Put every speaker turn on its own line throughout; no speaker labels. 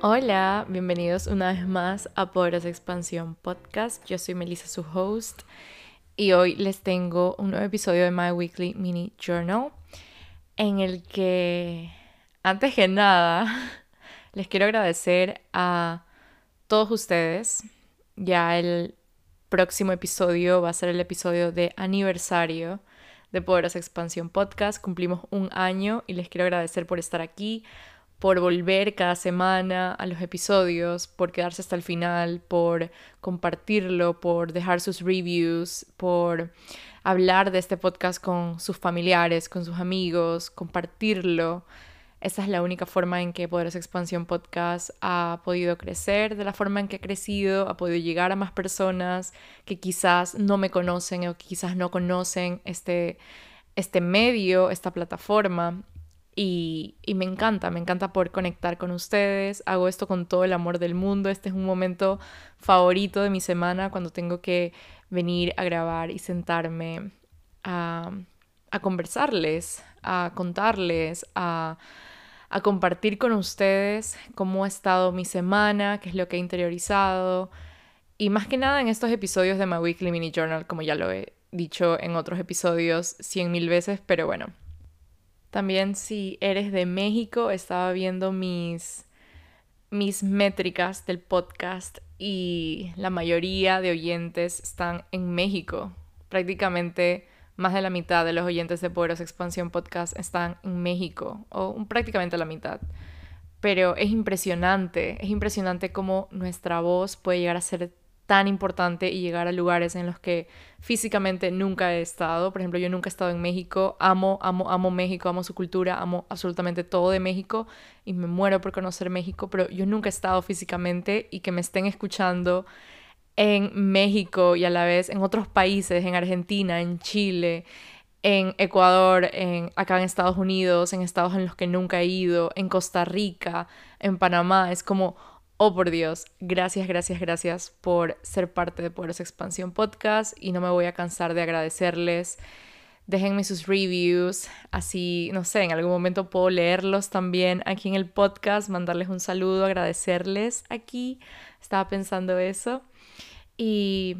Hola, bienvenidos una vez más a Poderosa Expansión Podcast. Yo soy Melissa, su host, y hoy les tengo un nuevo episodio de My Weekly Mini Journal en el que, antes que nada, les quiero agradecer a todos ustedes. Ya el próximo episodio va a ser el episodio de aniversario de Poderosa Expansión Podcast. Cumplimos un año y les quiero agradecer por estar aquí, por volver cada semana a los episodios, por quedarse hasta el final, por compartirlo, por dejar sus reviews, por hablar de este podcast con sus familiares, con sus amigos, compartirlo. Esa es la única forma en que Poderosa Expansión Podcast ha podido crecer, de la forma en que ha crecido, ha podido llegar a más personas que quizás no me conocen o que quizás no conocen este medio, esta plataforma. Y me encanta poder conectar con ustedes. Hago esto con todo el amor del mundo. Este es un momento favorito de mi semana cuando tengo que venir a grabar y sentarme a, a conversarles, a contarles, a compartir con ustedes cómo ha estado mi semana, qué es lo que he interiorizado. Y más que nada en estos episodios de My Weekly Mini Journal, como ya lo he dicho en otros episodios 100,000 veces, pero bueno. También si eres de México, estaba viendo mis métricas del podcast y la mayoría de oyentes están en México. Prácticamente más de la mitad de los oyentes de Poderosa Expansión Podcast están en México, o prácticamente la mitad. Pero es impresionante cómo nuestra voz puede llegar a ser tan importante y llegar a lugares en los que físicamente nunca he estado. Por ejemplo, yo nunca he estado en México. Amo México, amo su cultura, amo absolutamente todo de México y me muero por conocer México, pero yo nunca he estado físicamente, y que me estén escuchando en México y a la vez en otros países, en Argentina, en Chile, en Ecuador, acá en Estados Unidos, en estados en los que nunca he ido, en Costa Rica, en Panamá. Es como, oh por Dios, gracias por ser parte de Poderosa Expansión Podcast, y no me voy a cansar de agradecerles. Déjenme sus reviews, así, no sé, en algún momento puedo leerlos también aquí en el podcast, mandarles un saludo, agradecerles aquí. Estaba pensando eso. Y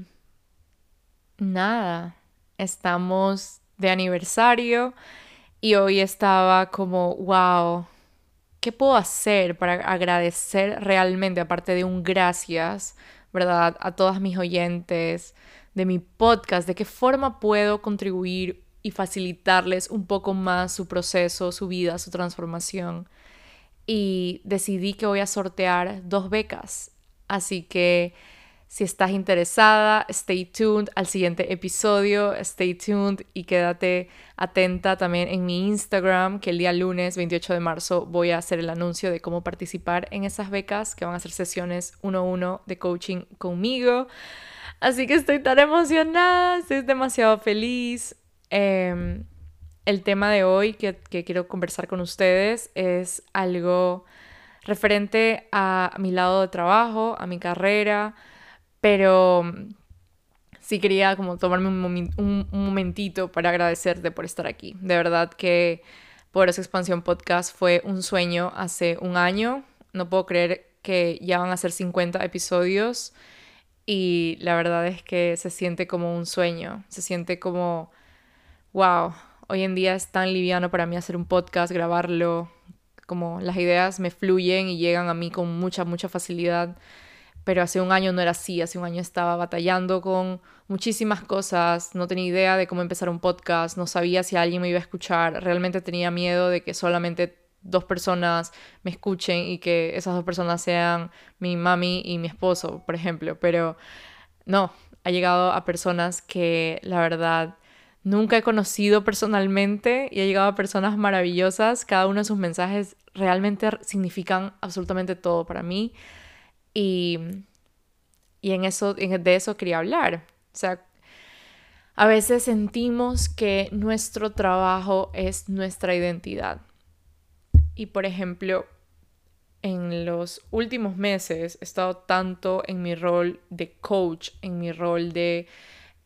nada, estamos de aniversario y hoy estaba como, wow, ¿qué puedo hacer para agradecer realmente, aparte de un gracias, ¿verdad? A todas mis oyentes de mi podcast, de qué forma puedo contribuir y facilitarles un poco más su proceso, su vida, su transformación. Y decidí que voy a sortear 2 becas. Así que si estás interesada, stay tuned al siguiente episodio, stay tuned y quédate atenta también en mi Instagram, que el día lunes 28 de marzo voy a hacer el anuncio de cómo participar en esas becas, que van a ser sesiones 1-1 de coaching conmigo. Así que estoy tan emocionada, estoy demasiado feliz. El tema de hoy que quiero conversar con ustedes es algo referente a mi lado de trabajo, a mi carrera, pero sí quería como tomarme un momentito para agradecerte por estar aquí. De verdad que Poderosa Expansión Podcast fue un sueño hace un año. No puedo creer que ya van a ser 50 episodios y la verdad es que se siente como un sueño. Se siente como, wow, hoy en día es tan liviano para mí hacer un podcast, grabarlo, como las ideas me fluyen y llegan a mí con mucha facilidad. Pero hace un año no era así. Hace un año estaba batallando con muchísimas cosas, no tenía idea de cómo empezar un podcast, no sabía si alguien me iba a escuchar, realmente tenía miedo de que solamente 2 personas me escuchen y que esas 2 personas sean mi mami y mi esposo, por ejemplo. Pero no, ha llegado a personas que la verdad nunca he conocido personalmente, y ha llegado a personas maravillosas. Cada uno de sus mensajes realmente significan absolutamente todo para mí. Y, de eso quería hablar. O sea, a veces sentimos que nuestro trabajo es nuestra identidad. Y por ejemplo, en los últimos meses he estado tanto en mi rol de coach, en mi rol de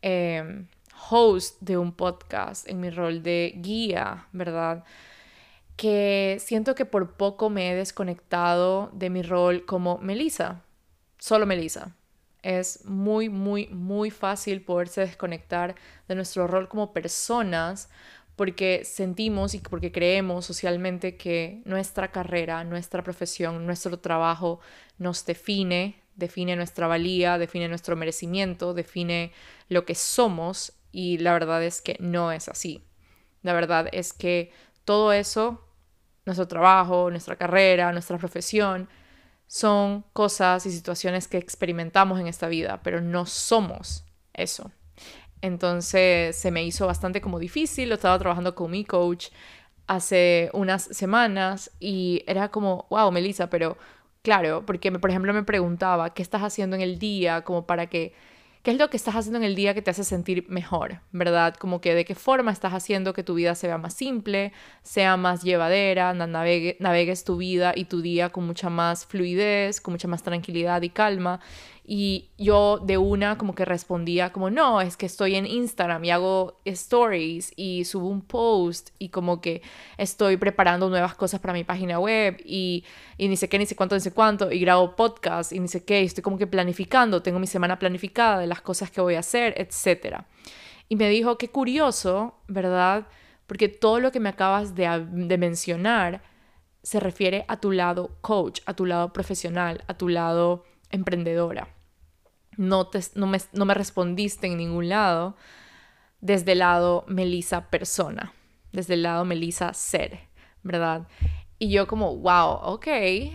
host de un podcast, en mi rol de guía, ¿verdad? que siento que por poco me he desconectado de mi rol como Melissa, solo Melissa. Es muy, muy, muy fácil poderse desconectar de nuestro rol como personas porque sentimos y porque creemos socialmente que nuestra carrera, nuestra profesión, nuestro trabajo nos define nuestra valía, define nuestro merecimiento, define lo que somos, y la verdad es que no es así. La verdad es que todo eso, nuestro trabajo, nuestra carrera, nuestra profesión, son cosas y situaciones que experimentamos en esta vida, pero no somos eso. Entonces se me hizo bastante como difícil. Lo estaba trabajando con mi coach hace unas semanas y era como, wow, Melissa, pero claro, porque por ejemplo me preguntaba, ¿qué estás haciendo en el día? Como para que, ¿qué es lo que estás haciendo en el día que te hace sentir mejor? ¿Verdad? Como que de qué forma estás haciendo que tu vida se vea más simple, sea más llevadera, navegues tu vida y tu día con mucha más fluidez, con mucha más tranquilidad y calma. Y yo de una como que respondía como, no, es que estoy en Instagram y hago stories y subo un post y como que estoy preparando nuevas cosas para mi página web y ni sé qué, ni sé cuánto, y grabo podcast y ni sé qué, y estoy como que planificando, tengo mi semana planificada de las cosas que voy a hacer, etc. Y me dijo, qué curioso, ¿verdad? Porque todo lo que me acabas de mencionar se refiere a tu lado coach, a tu lado profesional, a tu lado emprendedora. No me respondiste en ningún lado desde el lado Melissa persona, desde el lado Melissa ser, ¿verdad? Y yo como, wow, ok,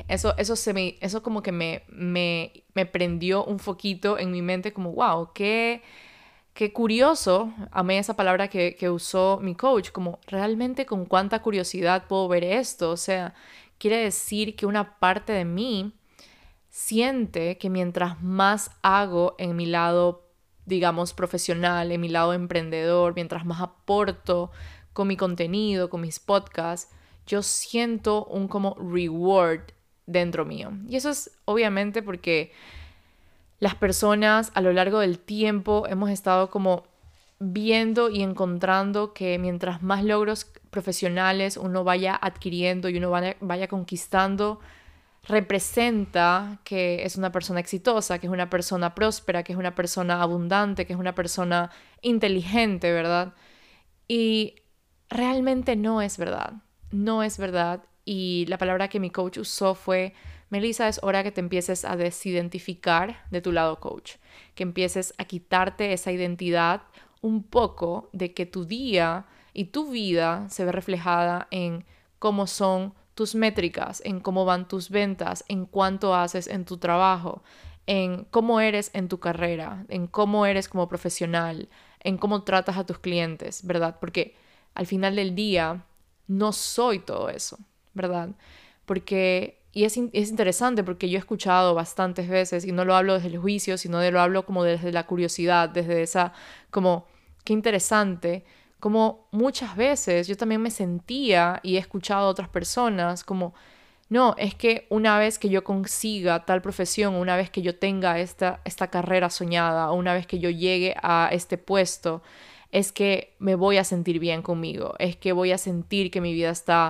eso como que me prendió un foquito en mi mente como, wow, qué curioso, amé esa palabra que usó mi coach, como realmente con cuánta curiosidad puedo ver esto, o sea, quiere decir que una parte de mí siente que mientras más hago en mi lado, digamos, profesional, en mi lado emprendedor, mientras más aporto con mi contenido, con mis podcasts, yo siento un como reward dentro mío. Y eso es obviamente porque las personas a lo largo del tiempo hemos estado como viendo y encontrando que mientras más logros profesionales uno vaya adquiriendo y uno vaya conquistando, representa que es una persona exitosa, que es una persona próspera, que es una persona abundante, que es una persona inteligente, ¿verdad? Y realmente no es verdad, no es verdad. Y la palabra que mi coach usó fue, Melissa, es hora que te empieces a desidentificar de tu lado coach, que empieces a quitarte esa identidad un poco de que tu día y tu vida se ve reflejada en cómo son tus métricas, en cómo van tus ventas, en cuánto haces en tu trabajo, en cómo eres en tu carrera, en cómo eres como profesional, en cómo tratas a tus clientes, ¿verdad? Porque al final del día no soy todo eso, ¿verdad? Porque, y es interesante porque yo he escuchado bastantes veces, y no lo hablo desde el juicio, sino lo hablo como desde la curiosidad, desde esa, como, qué interesante, como muchas veces yo también me sentía y he escuchado a otras personas como, no, es que una vez que yo consiga tal profesión, una vez que yo tenga esta carrera soñada, o una vez que yo llegue a este puesto, es que me voy a sentir bien conmigo, es que voy a sentir que mi vida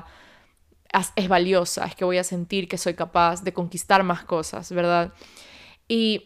es valiosa, es que voy a sentir que soy capaz de conquistar más cosas, ¿verdad? Y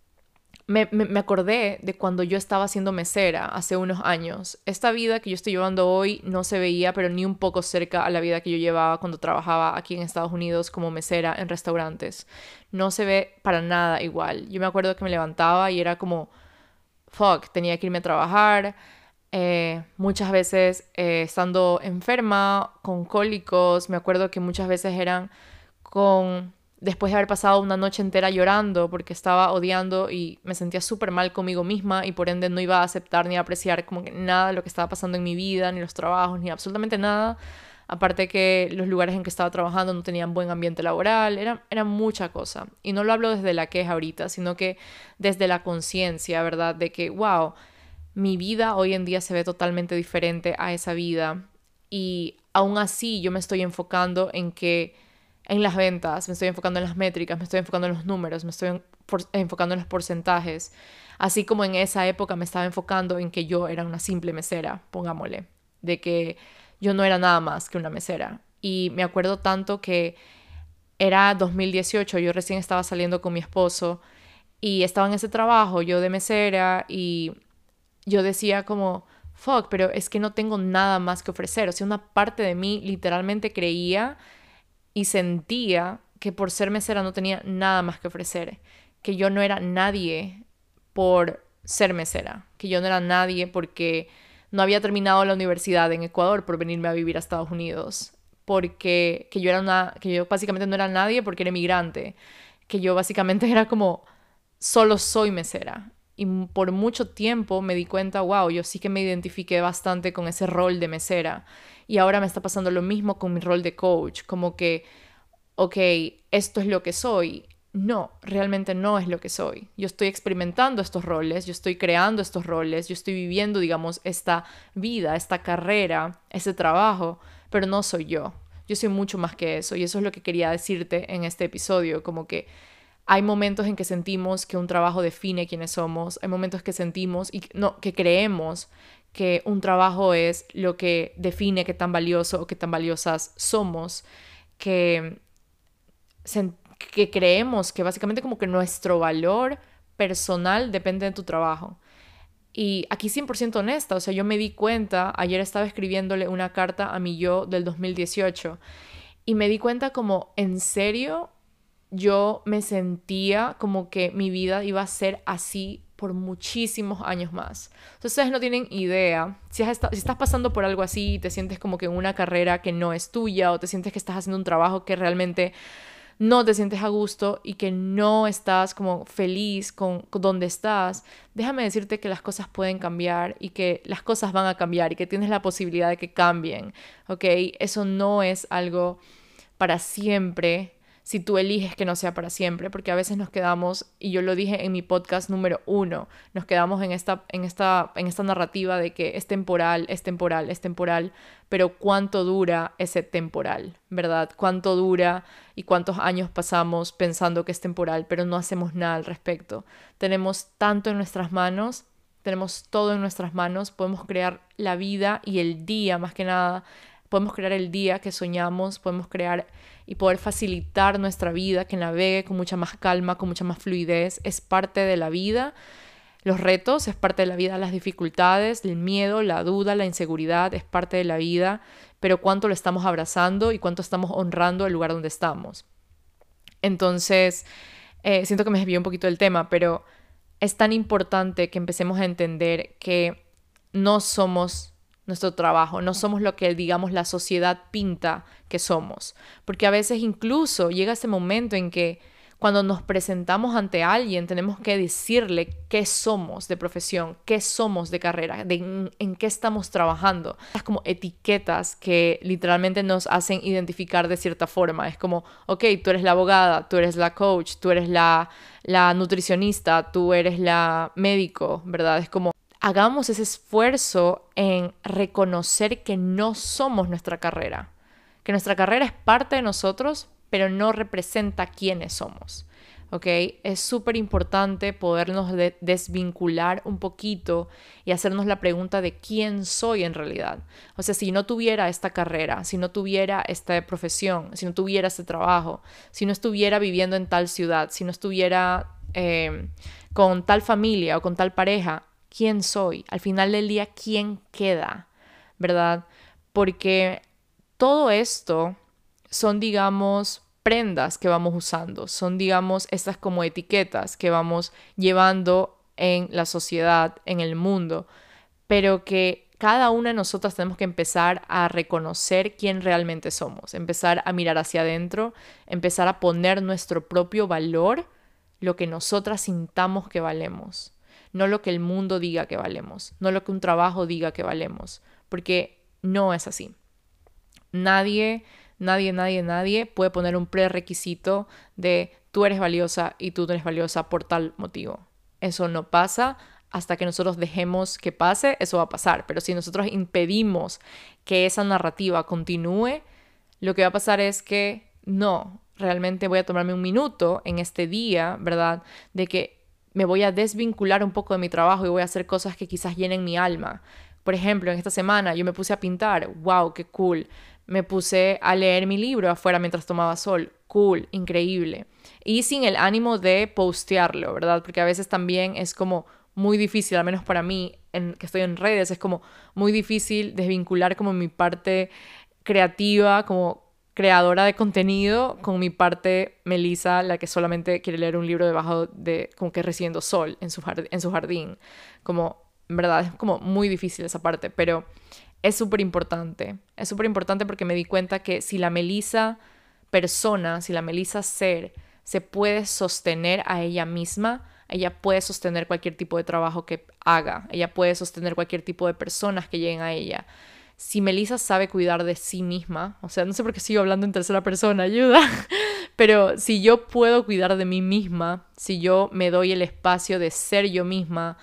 me acordé de cuando yo estaba siendo mesera hace unos años. Esta vida que yo estoy llevando hoy no se veía, pero ni un poco cerca a la vida que yo llevaba cuando trabajaba aquí en Estados Unidos como mesera en restaurantes. No se ve para nada igual. Yo me acuerdo que me levantaba y era como, fuck, tenía que irme a trabajar. Muchas veces estando enferma, con cólicos, me acuerdo que muchas veces eran con después de haber pasado una noche entera llorando porque estaba odiando y me sentía súper mal conmigo misma y por ende no iba a aceptar ni a apreciar como que nada de lo que estaba pasando en mi vida, ni los trabajos, ni absolutamente nada. Aparte que los lugares en que estaba trabajando no tenían buen ambiente laboral, era mucha cosa. Y no lo hablo desde la queja ahorita, sino que desde la conciencia, ¿verdad? De que, wow, mi vida hoy en día se ve totalmente diferente a esa vida. Y aún así yo me estoy enfocando en las ventas, me estoy enfocando en las métricas, me estoy enfocando en los números, me estoy enfocando en los porcentajes, así como en esa época me estaba enfocando en que yo era una simple mesera, pongámosle, de que yo no era nada más que una mesera. Y me acuerdo tanto que era 2018, yo recién estaba saliendo con mi esposo y estaba en ese trabajo, yo de mesera, y yo decía como, fuck, pero es que no tengo nada más que ofrecer. O sea, una parte de mí literalmente creía y sentía que por ser mesera no tenía nada más que ofrecer, que yo no era nadie por ser mesera, que yo no era nadie porque no había terminado la universidad en Ecuador por venirme a vivir a Estados Unidos, porque que yo básicamente no era nadie porque era emigrante, que yo básicamente era como solo soy mesera. Y por mucho tiempo me di cuenta, wow, yo sí que me identifiqué bastante con ese rol de mesera. Y ahora me está pasando lo mismo con mi rol de coach, como que, ok, esto es lo que soy. No, realmente no es lo que soy. Yo estoy experimentando estos roles, yo estoy creando estos roles, yo estoy viviendo, digamos, esta vida, esta carrera, ese trabajo, pero no soy yo. Yo soy mucho más que eso y eso es lo que quería decirte en este episodio, como que hay momentos en que sentimos que un trabajo define quiénes somos, hay momentos que sentimos y no, que creemos que un trabajo es lo que define qué tan valioso o qué tan valiosas somos, que, que creemos que básicamente como que nuestro valor personal depende de tu trabajo. Y aquí 100% honesta, o sea, yo me di cuenta, ayer estaba escribiéndole una carta a mi yo del 2018 y me di cuenta como, ¿en serio? Yo me sentía como que mi vida iba a ser así por muchísimos años más. Entonces ustedes no tienen idea. Si estás pasando por algo así, te sientes como que en una carrera que no es tuya o te sientes que estás haciendo un trabajo que realmente no te sientes a gusto y que no estás como feliz con donde estás, déjame decirte que las cosas pueden cambiar y que las cosas van a cambiar y que tienes la posibilidad de que cambien, ¿ok? Eso no es algo para siempre si tú eliges que no sea para siempre, porque a veces nos quedamos, y yo lo dije en mi podcast número 1, nos quedamos en esta narrativa de que es temporal, es temporal, es temporal, pero ¿cuánto dura ese temporal, verdad? ¿Cuánto dura y cuántos años pasamos pensando que es temporal, pero no hacemos nada al respecto? Tenemos tanto en nuestras manos, tenemos todo en nuestras manos, podemos crear la vida y el día, más que nada, podemos crear el día que soñamos, podemos crear y poder facilitar nuestra vida, que navegue con mucha más calma, con mucha más fluidez. Es parte de la vida. Los retos es parte de la vida, las dificultades, el miedo, la duda, la inseguridad es parte de la vida, pero cuánto lo estamos abrazando y cuánto estamos honrando el lugar donde estamos. Entonces, siento que me desvío un poquito del tema, pero es tan importante que empecemos a entender que no somos nuestro trabajo, no somos lo que, digamos, la sociedad pinta que somos. Porque a veces incluso llega ese momento en que cuando nos presentamos ante alguien tenemos que decirle qué somos de profesión, qué somos de carrera, en qué estamos trabajando. Es como etiquetas que literalmente nos hacen identificar de cierta forma. Es como, ok, tú eres la abogada, tú eres la coach, tú eres la nutricionista, tú eres la médico, ¿verdad? Es como, hagamos ese esfuerzo en reconocer que no somos nuestra carrera, que nuestra carrera es parte de nosotros, pero no representa quiénes somos. ¿Ok? Es súper importante podernos desvincular un poquito y hacernos la pregunta de quién soy en realidad. O sea, si no tuviera esta carrera, si no tuviera esta profesión, si no tuviera este trabajo, si no estuviera viviendo en tal ciudad, si no estuviera con tal familia o con tal pareja, ¿quién soy? Al final del día, ¿quién queda? ¿Verdad? Porque todo esto son, digamos, prendas que vamos usando, son, digamos, estas como etiquetas que vamos llevando en la sociedad, en el mundo, pero que cada una de nosotras tenemos que empezar a reconocer quién realmente somos, empezar a mirar hacia adentro, empezar a poner nuestro propio valor, lo que nosotras sintamos que valemos, no lo que el mundo diga que valemos, no lo que un trabajo diga que valemos, porque no es así. Nadie puede poner un prerequisito de tú eres valiosa y tú no eres valiosa por tal motivo. Eso no pasa hasta que nosotros dejemos que pase, eso va a pasar. Pero si nosotros impedimos que esa narrativa continúe, lo que va a pasar es que no, realmente voy a tomarme un minuto en este día, ¿verdad? De que me voy a desvincular un poco de mi trabajo y voy a hacer cosas que quizás llenen mi alma. Por ejemplo, en esta semana yo me puse a pintar, wow, qué cool. Me puse a leer mi libro afuera mientras tomaba sol. Cool, increíble. Y sin el ánimo de postearlo, ¿verdad? Porque a veces también es como muy difícil, al menos para mí, que estoy en redes, es como muy difícil desvincular como mi parte creativa, como creadora de contenido, con mi parte Melissa, la que solamente quiere leer un libro debajo de, como que recibiendo sol en su jardín. Como, en verdad, es como muy difícil esa parte, pero es súper importante. Es súper importante porque me di cuenta que si la Melissa persona, si la Melissa ser, se puede sostener a ella misma, ella puede sostener cualquier tipo de trabajo que haga, ella puede sostener cualquier tipo de personas que lleguen a ella. Si Melissa sabe cuidar de sí misma, o sea, no sé por qué sigo hablando en tercera persona, ayuda, pero si yo puedo cuidar de mí misma, si yo me doy el espacio de ser yo misma,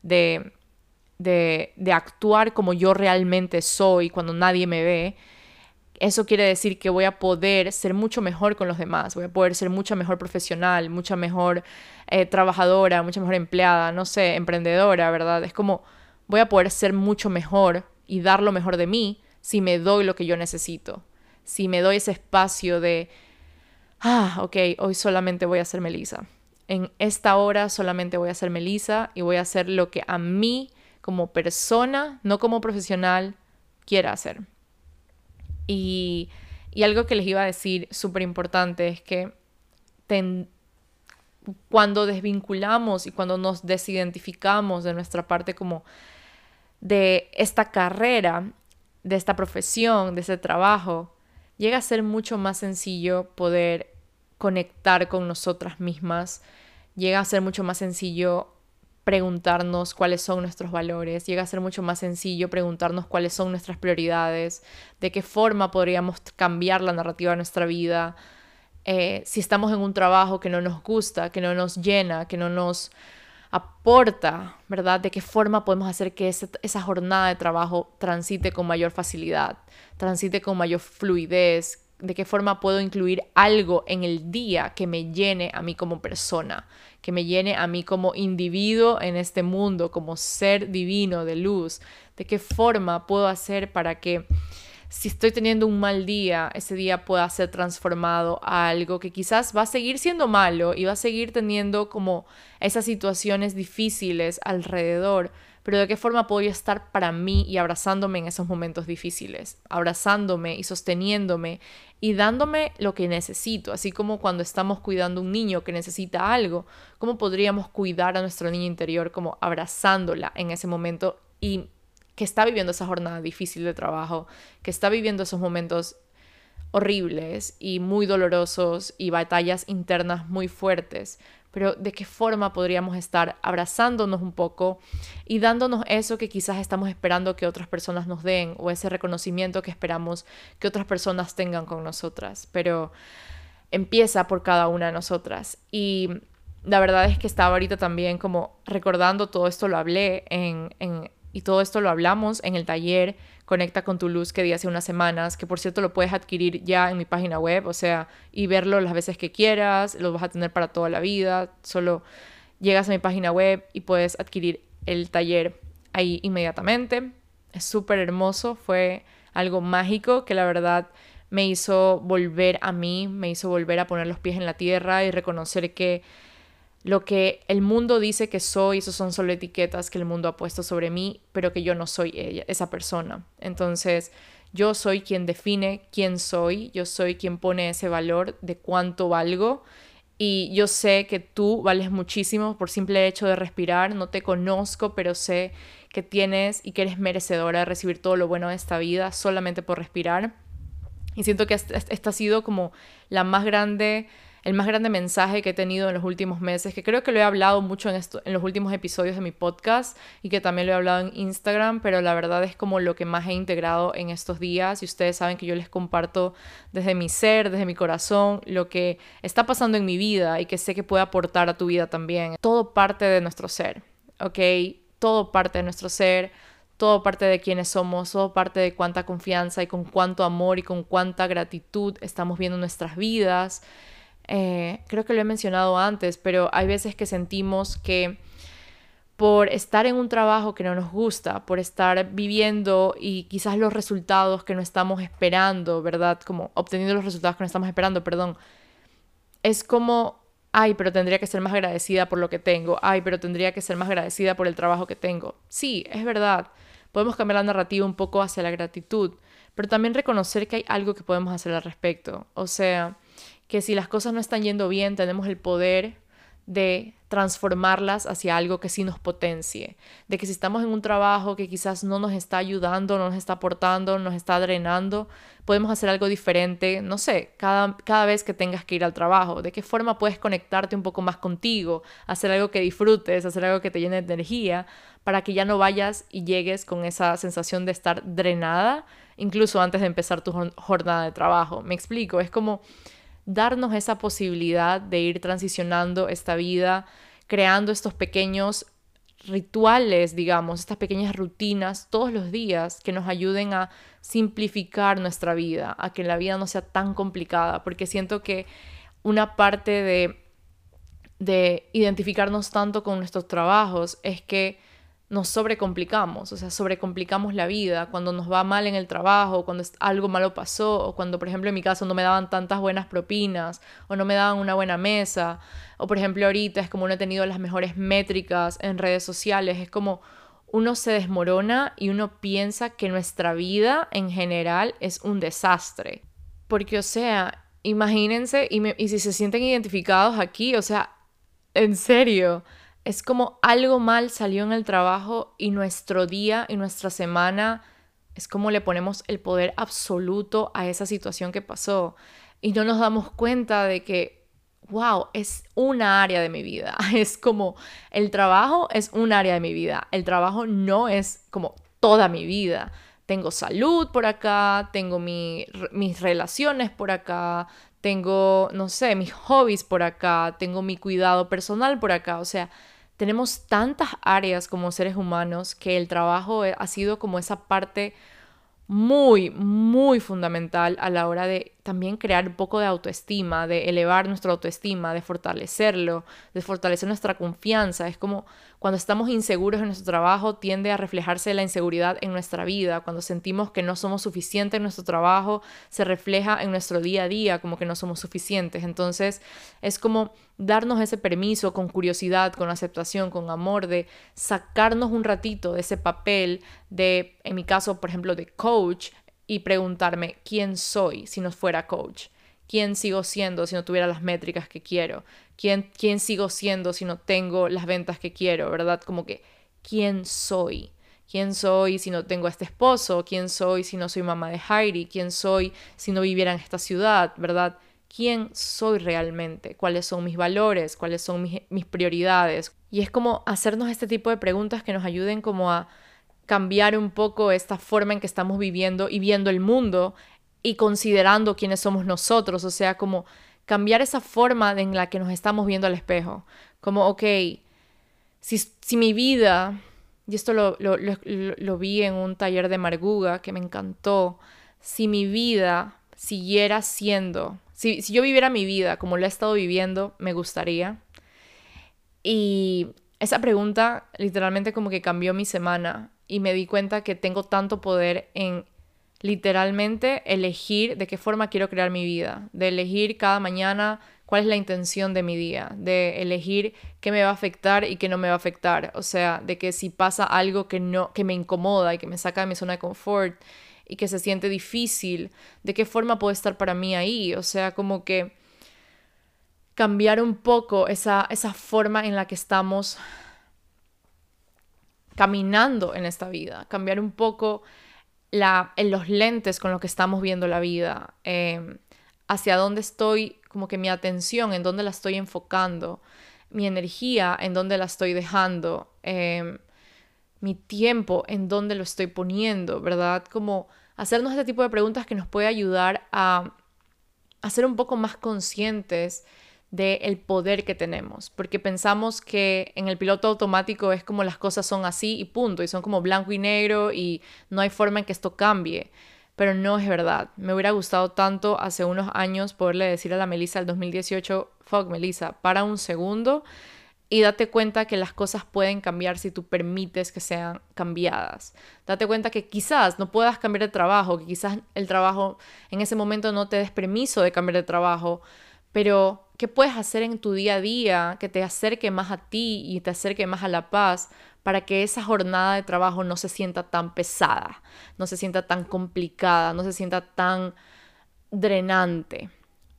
de actuar como yo realmente soy cuando nadie me ve, eso quiere decir que voy a poder ser mucho mejor con los demás, voy a poder ser mucha mejor profesional, mucha mejor trabajadora, mucha mejor empleada, no sé, emprendedora, ¿verdad? Es como voy a poder ser mucho mejor y dar lo mejor de mí si me doy lo que yo necesito, si me doy ese espacio de, ok, hoy solamente voy a ser Melissa. En esta hora solamente voy a ser Melissa y voy a hacer lo que a mí como persona, no como profesional, quiera hacer. Y algo que les iba a decir súper importante es que cuando desvinculamos y cuando nos desidentificamos de nuestra parte como de esta carrera, de esta profesión, de ese trabajo, llega a ser mucho más sencillo poder conectar con nosotras mismas, llega a ser mucho más sencillo preguntarnos cuáles son nuestros valores, llega a ser mucho más sencillo preguntarnos cuáles son nuestras prioridades, de qué forma podríamos cambiar la narrativa de nuestra vida, si estamos en un trabajo que no nos gusta, que no nos llena, que no nos aporta, ¿verdad? De qué forma podemos hacer que esa jornada de trabajo transite con mayor facilidad, transite con mayor fluidez, de qué forma puedo incluir algo en el día que me llene a mí como persona, que me llene a mí como individuo en este mundo, como ser divino de luz, de qué forma puedo hacer para que si estoy teniendo un mal día, ese día pueda ser transformado a algo que quizás va a seguir siendo malo y va a seguir teniendo como esas situaciones difíciles alrededor, pero de qué forma puedo yo estar para mí y abrazándome en esos momentos difíciles, abrazándome y sosteniéndome y dándome lo que necesito, así como cuando estamos cuidando a un niño que necesita algo, ¿cómo podríamos cuidar a nuestro niño interior como abrazándola en ese momento y que está viviendo esa jornada difícil de trabajo, que está viviendo esos momentos horribles y muy dolorosos y batallas internas muy fuertes, pero de qué forma podríamos estar abrazándonos un poco y dándonos eso que quizás estamos esperando que otras personas nos den o ese reconocimiento que esperamos que otras personas tengan con nosotras, pero empieza por cada una de nosotras. Y la verdad es que estaba ahorita también como recordando todo esto, lo hablé y todo esto lo hablamos en el taller Conecta con tu luz que di hace unas semanas, que por cierto lo puedes adquirir ya en mi página web, o sea, y verlo las veces que quieras, lo vas a tener para toda la vida, solo llegas a mi página web y puedes adquirir el taller ahí inmediatamente. Es súper hermoso, fue algo mágico que la verdad me hizo volver a mí, me hizo volver a poner los pies en la tierra y reconocer que lo que el mundo dice que soy, esos son solo etiquetas que el mundo ha puesto sobre mí, pero que yo no soy esa persona. Entonces, yo soy quien define quién soy, yo soy quien pone ese valor de cuánto valgo y yo sé que tú vales muchísimo por simple hecho de respirar, no te conozco, pero sé que tienes y que eres merecedora de recibir todo lo bueno de esta vida solamente por respirar. Y siento que esta ha sido como el más grande mensaje que he tenido en los últimos meses, que creo que lo he hablado mucho en los últimos episodios de mi podcast y que también lo he hablado en Instagram, pero la verdad es como lo que más he integrado en estos días y ustedes saben que yo les comparto desde mi ser, desde mi corazón, lo que está pasando en mi vida y que sé que puede aportar a tu vida también. Todo parte de nuestro ser, ¿ok? Todo parte de nuestro ser. Todo parte de quiénes somos, todo parte de cuánta confianza y con cuánto amor y con cuánta gratitud estamos viendo nuestras vidas. Creo que lo he mencionado antes, pero hay veces que sentimos que por estar en un trabajo que no nos gusta, por estar viviendo y quizás los resultados que no estamos esperando, ¿verdad? Como obteniendo los resultados que no estamos esperando, perdón. Es como, ay, pero tendría que ser más agradecida por lo que tengo, ay, pero tendría que ser más agradecida por el trabajo que tengo. Sí, es verdad, podemos cambiar la narrativa un poco hacia la gratitud, pero también reconocer que hay algo que podemos hacer al respecto. O sea, que si las cosas no están yendo bien, tenemos el poder de transformarlas hacia algo que sí nos potencie, de que si estamos en un trabajo que quizás no nos está ayudando, no nos está aportando, nos está drenando, podemos hacer algo diferente, no sé, cada vez que tengas que ir al trabajo, de qué forma puedes conectarte un poco más contigo, hacer algo que disfrutes, hacer algo que te llene de energía, para que ya no vayas y llegues con esa sensación de estar drenada, incluso antes de empezar tu jornada de trabajo. Me explico, es como darnos esa posibilidad de ir transicionando esta vida, creando estos pequeños rituales, digamos, estas pequeñas rutinas todos los días que nos ayuden a simplificar nuestra vida, a que la vida no sea tan complicada, porque siento que una parte de identificarnos tanto con nuestros trabajos es que nos sobrecomplicamos, o sea, sobrecomplicamos la vida cuando nos va mal en el trabajo, cuando algo malo pasó, o cuando, por ejemplo, en mi caso no me daban tantas buenas propinas, o no me daban una buena mesa, o por ejemplo ahorita es como no he tenido las mejores métricas en redes sociales, es como uno se desmorona y uno piensa que nuestra vida en general es un desastre. Porque, o sea, imagínense, y si se sienten identificados aquí, o sea, en serio, es como algo mal salió en el trabajo y nuestro día y nuestra semana es como le ponemos el poder absoluto a esa situación que pasó y no nos damos cuenta de que, wow, es una área de mi vida. Es como el trabajo es un área de mi vida. El trabajo no es como toda mi vida. Tengo salud por acá, tengo mis relaciones por acá, tengo, no sé, mis hobbies por acá, tengo mi cuidado personal por acá. O sea, tenemos tantas áreas como seres humanos que el trabajo ha sido como esa parte muy, muy fundamental a la hora de también crear un poco de autoestima, de elevar nuestra autoestima, de fortalecerlo, de fortalecer nuestra confianza. Es como cuando estamos inseguros en nuestro trabajo, tiende a reflejarse la inseguridad en nuestra vida. Cuando sentimos que no somos suficientes en nuestro trabajo, se refleja en nuestro día a día como que no somos suficientes. Entonces, es como darnos ese permiso con curiosidad, con aceptación, con amor, de sacarnos un ratito de ese papel de, en mi caso, por ejemplo, de coach y preguntarme quién soy si no fuera coach, quién sigo siendo si no tuviera las métricas que quiero, quién sigo siendo si no tengo las ventas que quiero, ¿verdad? Como que, ¿quién soy? ¿Quién soy si no tengo a este esposo? ¿Quién soy si no soy mamá de Heidi? ¿Quién soy si no viviera en esta ciudad? ¿Verdad? ¿Quién soy realmente? ¿Cuáles son mis valores? ¿Cuáles son mis prioridades? Y es como hacernos este tipo de preguntas que nos ayuden como a cambiar un poco esta forma en que estamos viviendo y viendo el mundo y considerando quiénes somos nosotros, o sea, como cambiar esa forma en la que nos estamos viendo al espejo, como, ok, si mi vida, y esto lo vi en un taller de Marguga que me encantó, si mi vida siguiera siendo, si yo viviera mi vida como lo he estado viviendo, me gustaría. Y esa pregunta literalmente como que cambió mi semana y me di cuenta que tengo tanto poder en literalmente elegir de qué forma quiero crear mi vida, de elegir cada mañana cuál es la intención de mi día, de elegir qué me va a afectar y qué no me va a afectar, o sea, de que si pasa algo que me incomoda y que me saca de mi zona de confort y que se siente difícil, de qué forma puedo estar para mí ahí, o sea, como que cambiar un poco esa forma en la que estamos caminando en esta vida, cambiar un poco en los lentes con los que estamos viendo la vida, hacia dónde estoy, como que mi atención, en dónde la estoy enfocando, mi energía, en dónde la estoy dejando, mi tiempo, en dónde lo estoy poniendo, ¿verdad? Como hacernos este tipo de preguntas que nos puede ayudar a ser un poco más conscientes del poder que tenemos, porque pensamos que en el piloto automático es como las cosas son así y punto, y son como blanco y negro y no hay forma en que esto cambie, pero no es verdad. Me hubiera gustado tanto hace unos años poderle decir a la Melissa del 2018, fuck Melissa, para un segundo Y date cuenta que las cosas pueden cambiar si tú permites que sean cambiadas. Date cuenta que quizás no puedas cambiar de trabajo, que quizás el trabajo en ese momento no te des permiso de cambiar de trabajo, pero ¿qué puedes hacer en tu día a día que te acerque más a ti y te acerque más a la paz para que esa jornada de trabajo no se sienta tan pesada, no se sienta tan complicada, no se sienta tan drenante?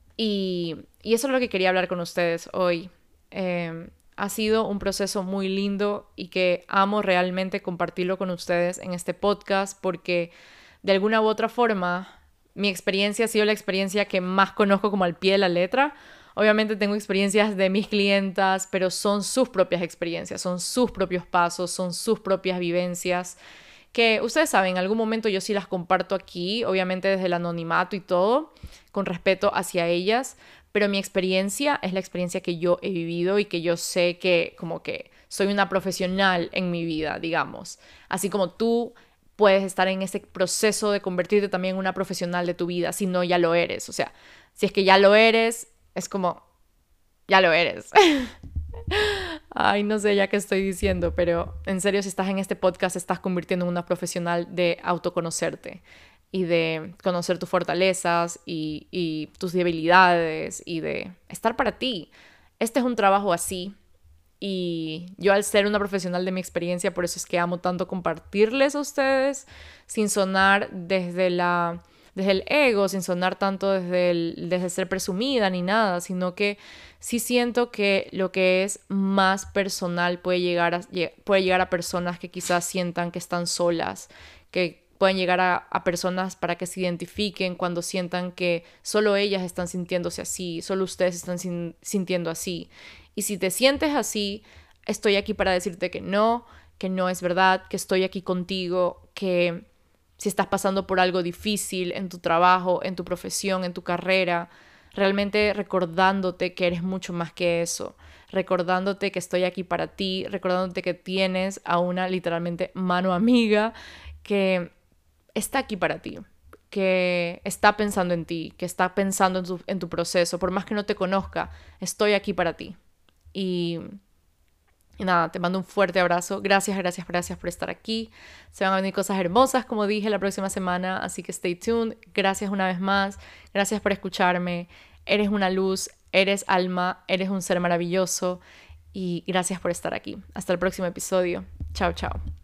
Y eso es lo que quería hablar con ustedes hoy. Ha sido un proceso muy lindo y que amo realmente compartirlo con ustedes en este podcast porque de alguna u otra forma mi experiencia ha sido la experiencia que más conozco como al pie de la letra. Obviamente tengo experiencias de mis clientas, pero son sus propias experiencias, son sus propios pasos, son sus propias vivencias que ustedes saben, en algún momento yo sí las comparto aquí, obviamente desde el anonimato y todo, con respeto hacia ellas, pero mi experiencia es la experiencia que yo he vivido y que yo sé que como que soy una profesional en mi vida, digamos. Así como tú puedes estar en ese proceso de convertirte también en una profesional de tu vida, si no ya lo eres. O sea, si es que ya lo eres, es como, ya lo eres. Ay, no sé ya qué estoy diciendo, pero en serio, si estás en este podcast, estás convirtiendo en una profesional de autoconocerte y de conocer tus fortalezas y tus debilidades y de estar para ti. Este es un trabajo así y yo al ser una profesional de mi experiencia, por eso es que amo tanto compartirles a ustedes sin sonar desde el ego, sin sonar tanto desde ser presumida ni nada, sino que sí siento que lo que es más personal puede llegar a personas que quizás sientan que están solas, que pueden llegar a personas para que se identifiquen cuando sientan que solo ellas están sintiéndose así, solo ustedes están sintiendo así. Y si te sientes así, estoy aquí para decirte que no es verdad, que estoy aquí contigo, que si estás pasando por algo difícil en tu trabajo, en tu profesión, en tu carrera, realmente recordándote que eres mucho más que eso, recordándote que estoy aquí para ti, recordándote que tienes a una literalmente mano amiga que está aquí para ti, que está pensando en ti, que está pensando en tu proceso, por más que no te conozca, estoy aquí para ti. Y nada, te mando un fuerte abrazo. Gracias por estar aquí. Se van a venir cosas hermosas, como dije, la próxima semana, así que stay tuned. Gracias una vez más. Gracias por escucharme. Eres una luz, eres alma, eres un ser maravilloso y gracias por estar aquí. Hasta el próximo episodio. Chao, chao.